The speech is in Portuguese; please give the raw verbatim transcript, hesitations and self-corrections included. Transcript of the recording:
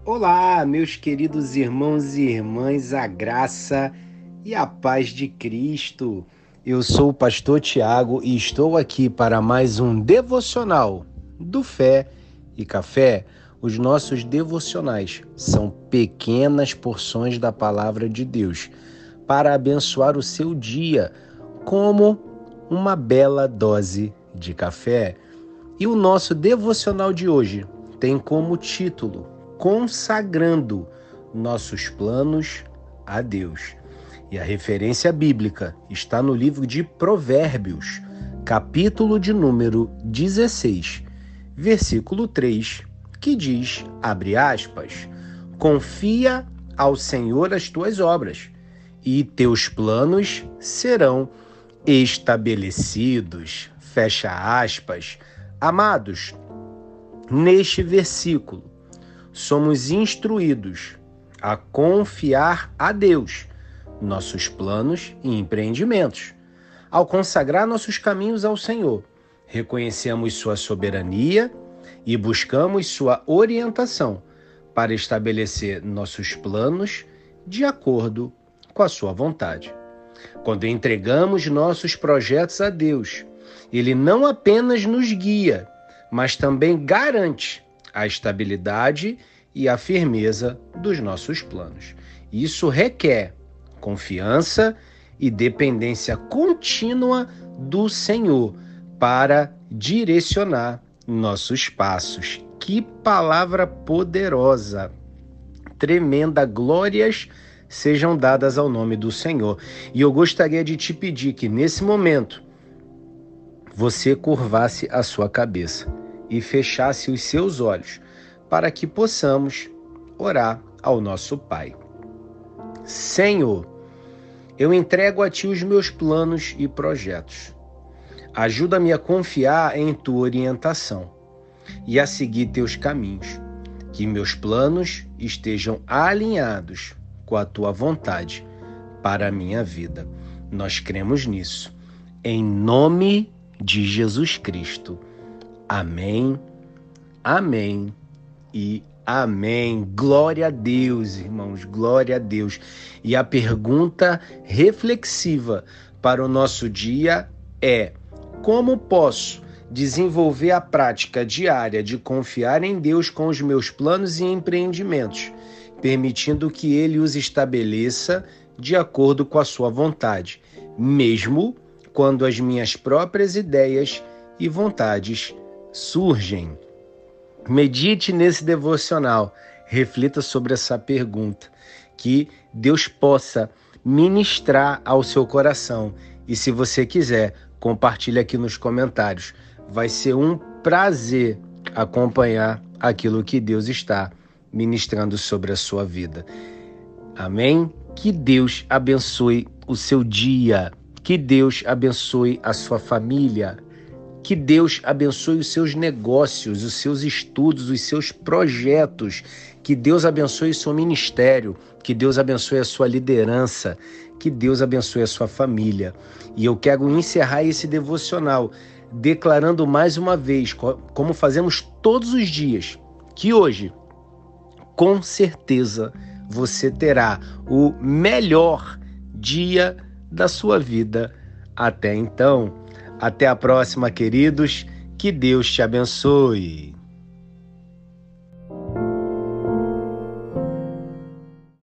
Olá, meus queridos irmãos e irmãs, a graça e a paz de Cristo. Eu sou o pastor Tiago e estou aqui para mais um devocional do Fé e Café. Os nossos devocionais são pequenas porções da palavra de Deus para abençoar o seu dia, como uma bela dose de café. E o nosso devocional de hoje tem como título Consagrando nossos planos a Deus. E a referência bíblica está no livro de Provérbios, capítulo de número dezesseis, versículo três, que diz, abre aspas, confia ao Senhor as tuas obras, e teus planos serão estabelecidos. Fecha aspas. Amados, neste versículo, somos instruídos a confiar a Deus nossos planos e empreendimentos. Ao consagrar nossos caminhos ao Senhor, reconhecemos sua soberania e buscamos sua orientação para estabelecer nossos planos de acordo com a sua vontade. Quando entregamos nossos projetos a Deus, Ele não apenas nos guia, mas também garante a estabilidade e a firmeza dos nossos planos. Isso requer confiança e dependência contínua do Senhor para direcionar nossos passos. Que palavra poderosa! Tremenda, glórias sejam dadas ao nome do Senhor. E eu gostaria de te pedir que nesse momento você curvasse a sua cabeça e fechasse os seus olhos para que possamos orar ao nosso Pai. Senhor, eu entrego a Ti os meus planos e projetos. Ajuda-me a confiar em Tua orientação e a seguir Teus caminhos. Que meus planos estejam alinhados com a Tua vontade para a minha vida. Nós cremos nisso. Em nome de Jesus Cristo. Amém, amém e amém. Glória a Deus, irmãos, glória a Deus. E a pergunta reflexiva para o nosso dia é: como posso desenvolver a prática diária de confiar em Deus com os meus planos e empreendimentos, permitindo que Ele os estabeleça de acordo com a sua vontade, mesmo quando as minhas próprias ideias e vontades surgem? Medite nesse devocional, reflita sobre essa pergunta, que Deus possa ministrar ao seu coração. E se você quiser, compartilhe aqui nos comentários. Vai ser um prazer acompanhar aquilo que Deus está ministrando sobre a sua vida. Amém? Que Deus abençoe o seu dia. Que Deus abençoe a sua família. Que Deus abençoe os seus negócios, os seus estudos, os seus projetos. Que Deus abençoe o seu ministério. Que Deus abençoe a sua liderança. Que Deus abençoe a sua família. E eu quero encerrar esse devocional declarando mais uma vez, como fazemos todos os dias, que hoje, com certeza, você terá o melhor dia da sua vida. Até então, até a próxima, queridos. Que Deus te abençoe.